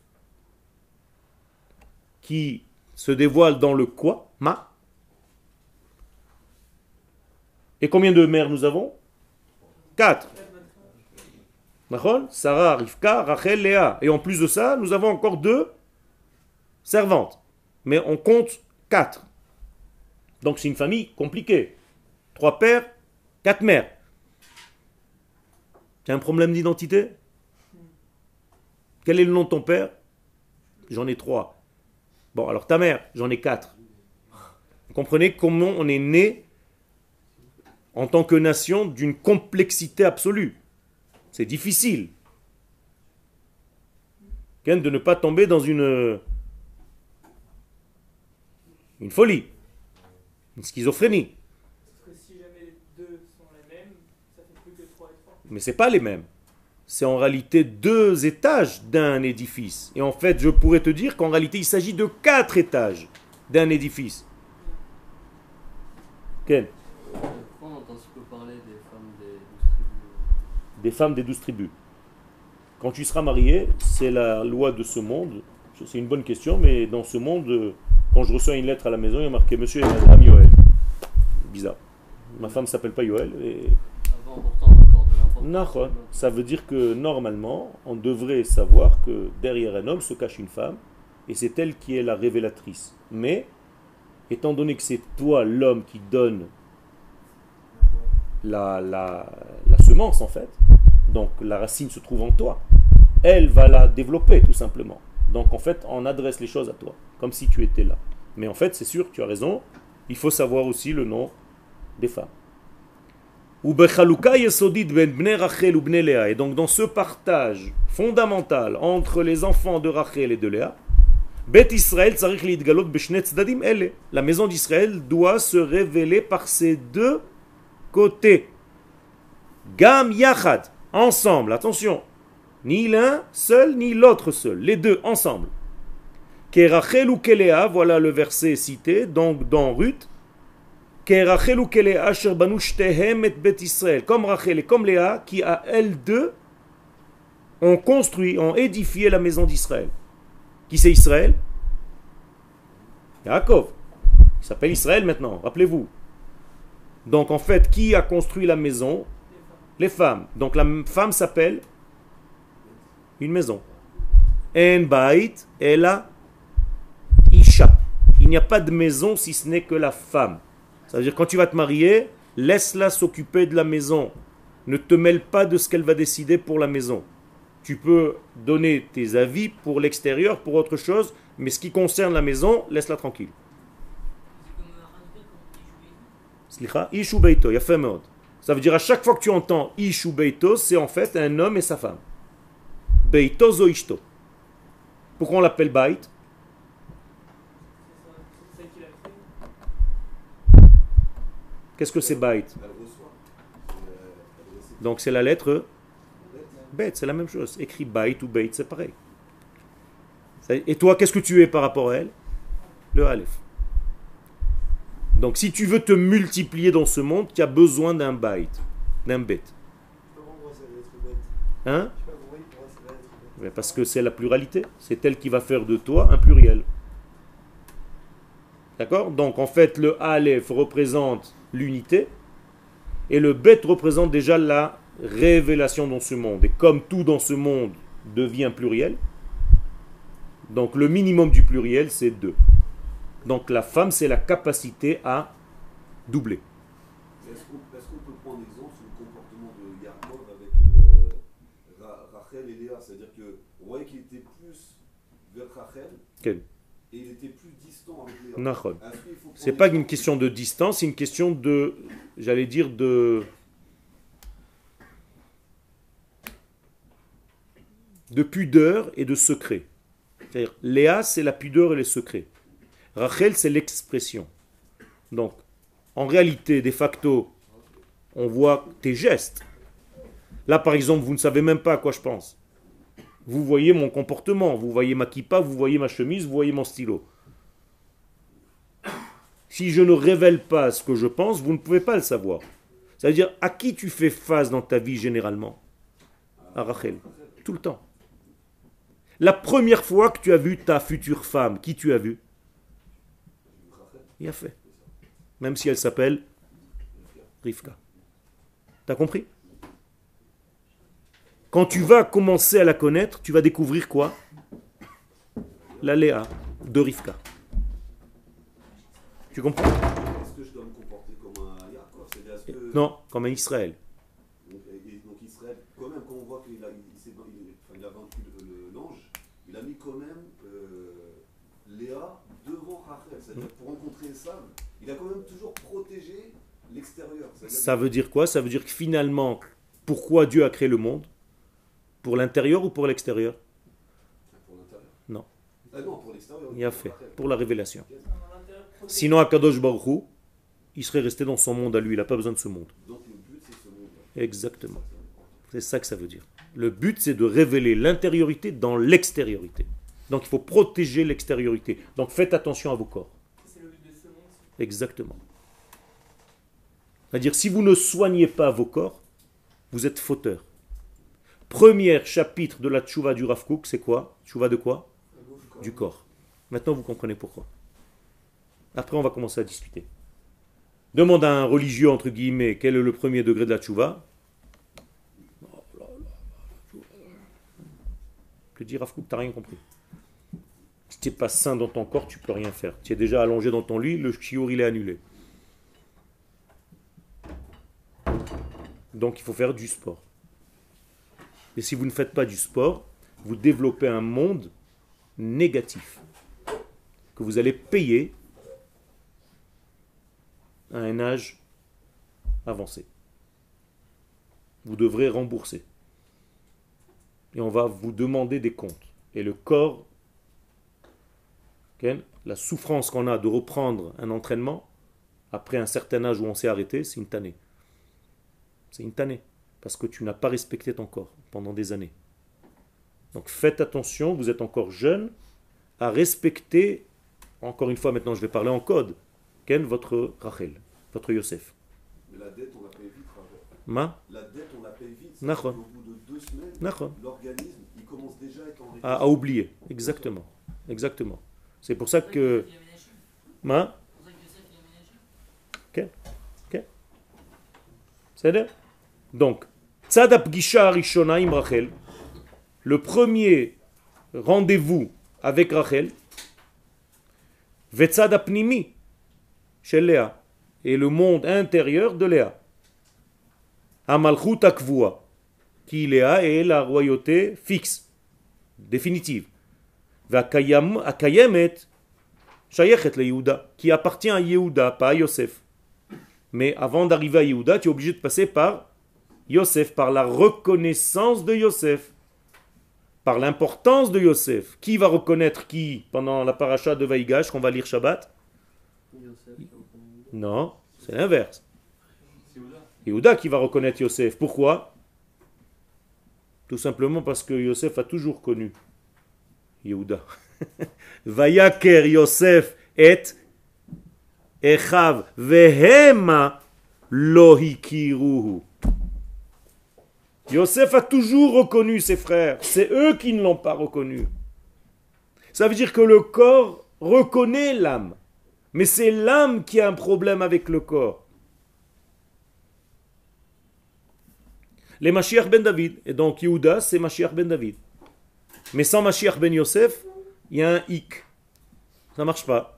qui se dévoile dans le quoi? Ma. Et combien de mères nous avons? Quatre. Sarah, Rivka, Rachel, Léa. Et en plus de ça, nous avons encore deux servantes. Mais on compte quatre. Donc c'est une famille compliquée. Trois pères, quatre mères. Tu as un problème d'identité? Quel est le nom de ton père? J'en ai trois. Bon, alors ta mère, j'en ai quatre. Vous comprenez comment on est né en tant que nation d'une complexité absolue. C'est difficile de ne pas tomber dans une, une folie, une schizophrénie. Parce que si jamais les deux sont les mêmes, ça fait plus que trois et trois. Mais ce n'est pas les mêmes. C'est en réalité deux étages d'un édifice. Et en fait, je pourrais te dire qu'en réalité, il s'agit de quatre étages d'un édifice. Quel? Pourquoi on entend si peu parler des femmes des douze tribus? Des femmes des douze tribus. Quand tu seras marié, c'est la loi de ce monde. C'est une bonne question, mais dans ce monde, quand je reçois une lettre à la maison, il y a marqué Monsieur et Madame Yoël. Bizarre. Ma femme ne s'appelle pas Yoël. Et... Avant, pourtant, on accorde de l'importance. Non, ça veut dire que normalement, on devrait savoir que derrière un homme se cache une femme, et c'est elle qui est la révélatrice. Mais, étant donné que c'est toi, l'homme, qui donne la, la, la semence, en fait, donc la racine se trouve en toi, elle va la développer, tout simplement. Donc, en fait, on adresse les choses à toi, comme si tu étais là. Mais en fait, c'est sûr, tu as raison, il faut savoir aussi le nom des femmes. Et donc dans ce partage fondamental entre les enfants de Rachel et de Léa, la maison d'Israël doit se révéler par ces deux côtés. Gam yachad, ensemble, attention, ni l'un seul ni l'autre seul, les deux ensemble. Ke Rachel ou ke Léa, voilà le verset cité, donc dans Ruth. Comme Rachel et comme Léa, qui à elles deux ont construit, ont édifié la maison d'Israël. Qui c'est Israël? Yaakov. Il s'appelle Israël maintenant, rappelez-vous. Donc en fait, qui a construit la maison? Les femmes. Donc la femme s'appelle une maison. En bait, ela isha. Il n'y a pas de maison si ce n'est que la femme. Ça veut dire quand tu vas te marier, laisse-la s'occuper de la maison. Ne te mêle pas de ce qu'elle va décider pour la maison. Tu peux donner tes avis pour l'extérieur, pour autre chose, mais ce qui concerne la maison, laisse-la tranquille. Slicha, ishu beito, yafa meod. Ça veut dire à chaque fois que tu entends ishu beito, c'est en fait un homme et sa femme. Beito zo ishto. Pourquoi on l'appelle bait? C'est celle qui l'a créé. Qu'est-ce que c'est bait? Elle reçoit. Euh, elle récite. Donc c'est la lettre bet, c'est la même chose. Écrit bait ou beit, c'est pareil. Et toi, qu'est-ce que tu es par rapport à elle? Le aleph. Donc si tu veux te multiplier dans ce monde, tu as besoin d'un bait, d'un bet. Je sais pas pourquoi c'est la lettre bête. Hein? Je sais pas pourquoi c'est la lettre bête. Mais parce que c'est la pluralité. C'est elle qui va faire de toi un pluriel. D'accord? Donc en fait, le aleph représente l'unité et le bet représente déjà la révélation dans ce monde. Et comme tout dans ce monde devient pluriel, donc le minimum du pluriel, c'est deux. Donc la femme, c'est la capacité à doubler. Est-ce qu'on est-ce qu'on peut prendre exemple sur le comportement de Yaakov avec euh, Ra- Rachel et Léa? C'est-à-dire qu'on voyait qu'il était plus vers Rachel Quel? et il était plus distant avec Léa. Nachon. Est-ce qu'il faut C'est prendre pas exemple- une question de distance, c'est une question de, j'allais dire, de de pudeur et de secret. C'est-à-dire, Léa, c'est la pudeur et les secrets. Rachel, c'est l'expression. Donc, en réalité, de facto, on voit tes gestes. Là, par exemple, vous ne savez même pas à quoi je pense. Vous voyez mon comportement, vous voyez ma kippa, vous voyez ma chemise, vous voyez mon stylo. Si je ne révèle pas ce que je pense, vous ne pouvez pas le savoir. C'est-à-dire, à qui tu fais face dans ta vie généralement? À Rachel. Tout le temps. La première fois que tu as vu ta future femme, qui tu as vu? Il a fait. Même si elle s'appelle Rivka. T'as compris? Quand tu vas commencer à la connaître, tu vas découvrir quoi? La Léa de Rivka. Tu comprends? Est-ce que je dois me comporter comme un Yaakov? C'est-à-dire, est-ce que- Non, comme un Israël. Donc, et- et donc Israël, quand même, quand on voit qu'il a, il, s'est- il- enfin, il a vaincu le- le- l'ange, il a mis quand même euh, Léa devant Rachel. C'est-à-dire pour rencontrer Esav, il a quand même toujours protégé l'extérieur. C'est-à-dire Ça veut dire quoi? Ça veut dire que finalement, pourquoi Dieu a créé le monde? Pour l'intérieur ou pour l'extérieur? pour l'intérieur. Non. Ah non, pour l'extérieur. Il a pour fait. Rachel. Pour la révélation. À l'intérieur, protéger. Sinon, Akadosh Baruch Hu, il serait resté dans son monde à lui. Il n'a pas besoin de ce monde. Donc le but c'est ce monde. Exactement. C'est ça que ça veut dire. Le but, c'est de révéler l'intériorité dans l'extériorité. Donc, il faut protéger l'extériorité. Donc, faites attention à vos corps. C'est le but de ce monde. Exactement. C'est-à-dire, si vous ne soignez pas vos corps, vous êtes fauteur. Premier chapitre de la tchouva du Rav Kook, c'est quoi? Tchouva de quoi? Du corps. Maintenant, vous comprenez pourquoi. Après, on va commencer à discuter. Demande à un religieux, entre guillemets, quel est le premier degré de la tchouva. Je te dis, Rav Kook, tu n'as rien compris. Si tu n'es pas sain dans ton corps, tu ne peux rien faire. Tu es déjà allongé dans ton lit, le chiour, il est annulé. Donc, il faut faire du sport. Et si vous ne faites pas du sport, vous développez un monde négatif que vous allez payer à un âge avancé. Vous devrez rembourser. Et on va vous demander des comptes. Et le corps, okay, la souffrance qu'on a de reprendre un entraînement, après un certain âge où on s'est arrêté, c'est une tannée. C'est une tannée. Parce que tu n'as pas respecté ton corps pendant des années. Donc faites attention, vous êtes encore jeune, à respecter, encore une fois maintenant je vais parler en code, Ken, votre Rachel, votre Yosef. Mais la dette on la paye vite. Rachel. Ma La dette on la paye vite. Nachon. Au bout de deux semaines, Nachon. l'organisme il commence déjà à être en à, à oublier. Exactement. Exactement. C'est pour ça que... Ma C'est pour ça que Yosef, il a ménagé. C'est-à-dire donc, Tzad Apgisha Arishona im Rachel, le premier rendez-vous avec Rachel, Vetzad Apnimi chez Léa, et le monde intérieur de Léa. Amalchut Akvua, qui Léa est la royauté fixe, définitive. Akayemet Shayechet le Yehuda, qui appartient à Yehuda, pas à Yosef. Mais avant d'arriver à Yehuda, tu es obligé de passer par Yosef, par la reconnaissance de Yosef, par l'importance de Yosef. Qui va reconnaître qui pendant la paracha de Vaïgash qu'on va lire Shabbat? Non, c'est l'inverse. Yehuda qui va reconnaître Yosef. Pourquoi? Tout simplement parce que Yosef a toujours connu Yehuda. Vayaker Yosef et Echav vehema lo hikiruhu. Yosef a toujours reconnu ses frères. C'est eux qui ne l'ont pas reconnu. Ça veut dire que le corps reconnaît l'âme. Mais c'est l'âme qui a un problème avec le corps. Les Mashiach ben David. Et donc Yehuda, c'est Mashiach ben David. Mais sans Mashiach ben Yosef, il y a un hic. Ça ne marche pas.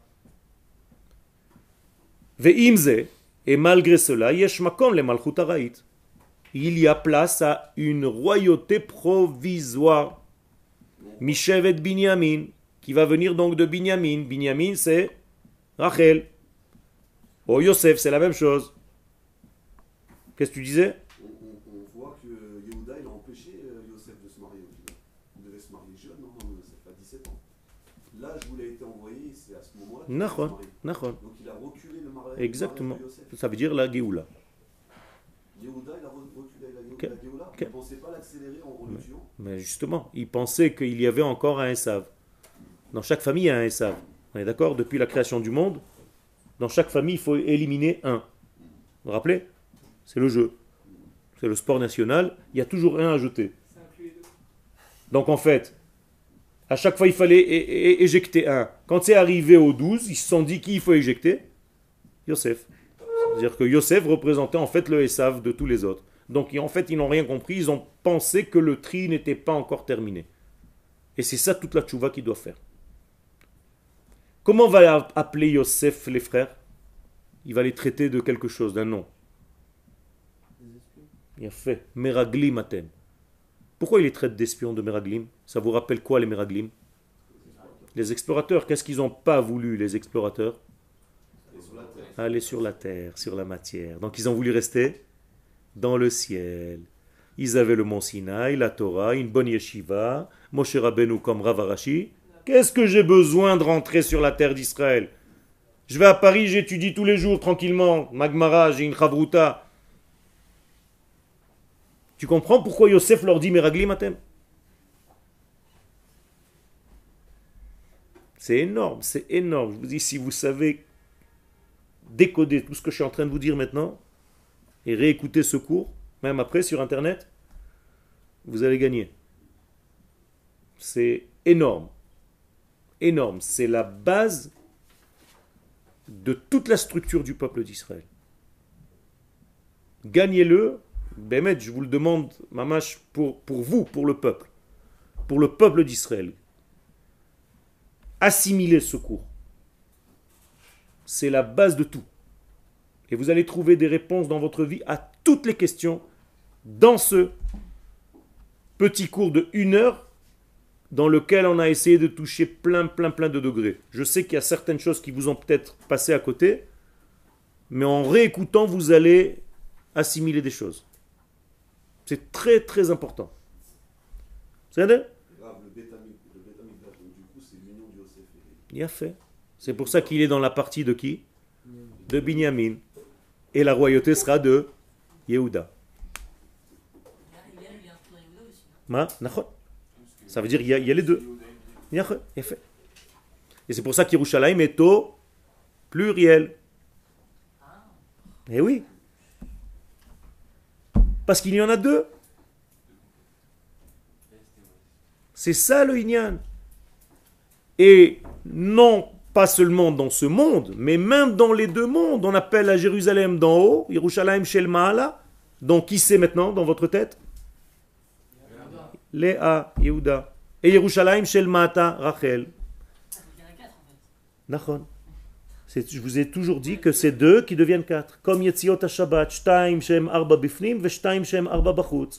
Ve'imze, et malgré cela, yesh makom le malchut haraït. Il y a place à une royauté provisoire. Mishevet Binyamin, qui va venir donc de Binyamin. Binyamin, c'est Rachel. Oh, Yosef, c'est la même chose. Qu'est-ce que tu disais? On, on, on voit que Yehuda, il a empêché euh, Yosef de se marier au final. Il devait se marier jeune, non, non, Yosef, à dix-sept ans. L'âge où il a été envoyé, c'est à ce moment-là qu'il a se marier. Donc il a reculé le mariage. Exactement. De Yosef. Ça veut dire la Géoula. Yehuda, il a reculé la, Okay. la Géoula. Okay. Il ne pensait pas l'accélérer en, en le tuant. Mais justement, il pensait qu'il y avait encore un Esav. Dans chaque famille, il y a un Esav. On est d'accord? Depuis la création du monde, dans chaque famille, il faut éliminer un. Vous vous rappelez? C'est le jeu. C'est le sport national. Il y a toujours un à jeter. Donc en fait, à chaque fois, il fallait é- é- éjecter un. Quand c'est arrivé au douze, ils se sont dit qui il faut éjecter? Yosef. C'est-à-dire que Yosef représentait en fait le Esav de tous les autres. Donc en fait, ils n'ont rien compris. Ils ont pensé que le tri n'était pas encore terminé. Et c'est ça toute la tchouva qu'il doit faire. Comment va appeler Yosef les frères? Il va les traiter de quelque chose, d'un nom. Il a fait Meraglim Atem. Pourquoi il les traite d'espions de Meraglim? Ça vous rappelle quoi les Meraglim? Les explorateurs, qu'est-ce qu'ils n'ont pas voulu les explorateurs? Aller sur la terre, sur la matière. Donc ils ont voulu rester dans le ciel. Ils avaient le mont Sinaï, la Torah, une bonne yeshiva, Moshe Rabbeinu comme Rav Arashi. Qu'est-ce que j'ai besoin de rentrer sur la terre d'Israël? Je vais à Paris, j'étudie tous les jours tranquillement. Magmara, j'ai une chavruta. Tu comprends pourquoi Yosef leur dit Meraglim Atem? C'est énorme, c'est énorme. Je vous dis, si vous savez décoder tout ce que je suis en train de vous dire maintenant et réécouter ce cours, même après sur internet, vous allez gagner. C'est énorme. Énorme. C'est la base de toute la structure du peuple d'Israël. Gagnez-le. Bémet, je vous le demande, mamash, pour, pour vous, pour le peuple. Pour le peuple d'Israël. Assimilez ce cours. C'est la base de tout. Et vous allez trouver des réponses dans votre vie à toutes les questions dans ce petit cours de une heure dans lequel on a essayé de toucher plein, plein, plein de degrés. Je sais qu'il y a certaines choses qui vous ont peut-être passé à côté, mais en réécoutant, vous allez assimiler des choses. C'est très, très important. C'est vrai? Il a fait. C'est pour ça qu'il est dans la partie de qui? De Binyamin. Et la royauté sera de Yehuda. Ma, ça veut dire qu'il y, y a les deux. Il a fait. Et c'est pour ça qu'Yerushalayim est au pluriel. Eh oui. Parce qu'il y en a deux. C'est ça le Inyan. Et non pas seulement dans ce monde, mais même dans les deux mondes. On appelle à Jérusalem d'en haut, Yerushalayim Shel Ma'ala, Donc qui c'est maintenant dans votre tête? Léa, Yehuda. Et Yerushalayim shel Mata, Rachel. Ah, il y en a quatre en fait. Nachon. C'est- Je vous ai toujours dit que c'est deux qui deviennent quatre. Comme Yetziot HaShabbat, Shtaim Shem Arba Bifnim, ve Shtaim Shem Arba Bachutz.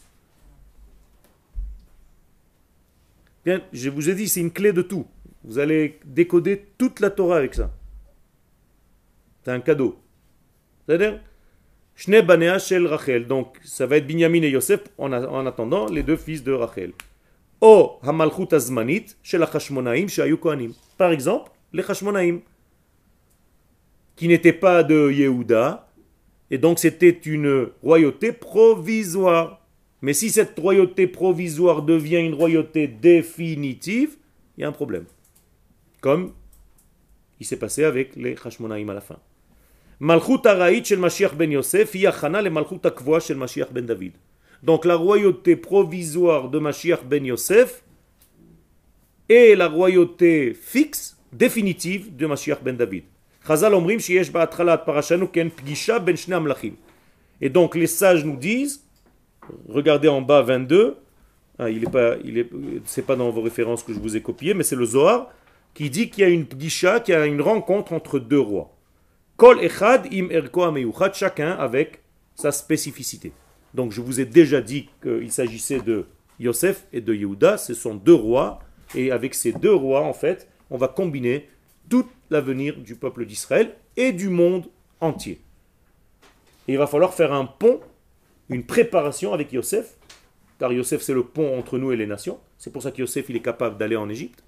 Bien, je vous ai dit, c'est une clé de tout. Vous allez décoder toute la Torah avec ça. C'est un cadeau. C'est-à-dire, Shne Banea Shel Rachel. Donc, ça va être Binyamin et Yosef en, a- en attendant les deux fils de Rachel. O Hamalchut Azmanit Shel Hashmonaim Shayu Kohanim. Par exemple, les Hashmonaim, qui n'étaient pas de Yehuda, et donc c'était une royauté provisoire. Mais si cette royauté provisoire devient une royauté définitive, il y a un problème. Comme il s'est passé avec les Hashmonaïm à la fin. Malchut Araït shel Mashiach ben Yosef, yachana le Malchut Akvoa shel Mashiach ben David. Donc la royauté provisoire de Mashiach ben Yosef et la royauté fixe, définitive de Mashiach ben David. Chazal omrim sheyesh ba'atchalat parashanu ken pgisha ben shnei amlachim. Et donc les sages nous disent, regardez en bas vingt-deux, ah, il est pas, il est, c'est pas dans vos références que je vous ai copié, mais c'est le Zohar qui dit qu'il y a une pgisha, qu'il y a une rencontre entre deux rois. Kol echad im erko ameyuchad, chacun avec sa spécificité. Donc je vous ai déjà dit qu'il s'agissait de Yosef et de Yehuda, ce sont deux rois, et avec ces deux rois, en fait, on va combiner tout l'avenir du peuple d'Israël et du monde entier. Et il va falloir faire un pont, une préparation avec Yosef, car Yosef c'est le pont entre nous et les nations, c'est pour ça que Yosef il est capable d'aller en Égypte,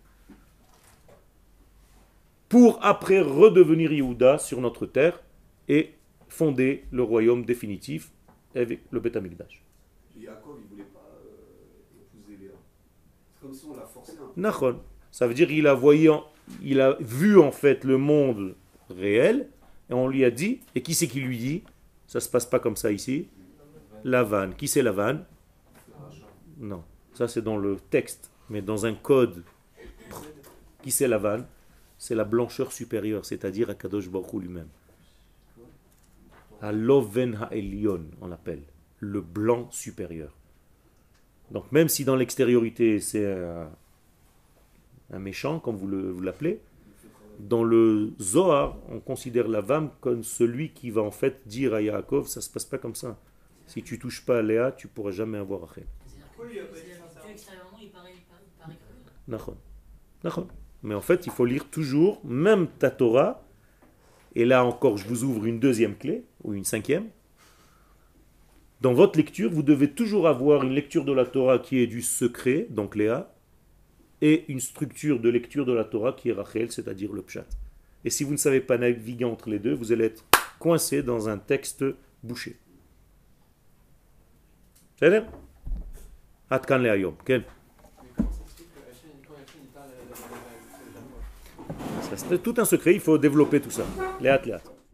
pour après redevenir Yehuda sur notre terre et fonder le royaume définitif avec le Beth Amikdash. Yaakov, il ne voulait pas euh, épouser Léa. C'est comme si on l'a forcé un peu. Nachon. Ça veut dire qu'il a, voyé en- il a vu en fait le monde réel et on lui a dit, et qui c'est qui lui dit? Ça se passe pas comme ça ici. Lavan. Qui c'est Lavan? Non, ça c'est dans le texte, mais dans un code. Qui c'est Lavan? C'est la blancheur supérieure, c'est-à-dire Akadosh Baruch Hu lui-même. Aloven ha'elion, on l'appelle, le blanc supérieur. Donc même si dans l'extériorité c'est un, un méchant, comme vous, le, vous l'appelez, dans le Zohar, on considère Lavan comme celui qui va en fait dire à Yaakov, ça se passe pas comme ça. Si tu touches pas à Léa, tu pourras jamais avoir Rachel. C'est-à-dire Pourquoi lui a pas que, été c'est-à-dire sincère que extérieurement, il paraît, il paraît, il paraît cru. Nachon. Nachon. Mais en fait, il faut lire toujours, même ta Torah, et là encore, je vous ouvre une deuxième clé, ou une cinquième. Dans votre lecture, vous devez toujours avoir une lecture de la Torah qui est du secret, donc Léa, et une structure de lecture de la Torah qui est Rachel, c'est-à-dire le Pshat. Et si vous ne savez pas naviguer entre les deux, vous allez être coincé dans un texte bouché. C'est clair? Atkan le Hayom. Quel? Mais comment ça se fait que Hachem, quand Hachem il parle à la Ça, c'est tout un secret, il faut développer tout ça. Léat, léat.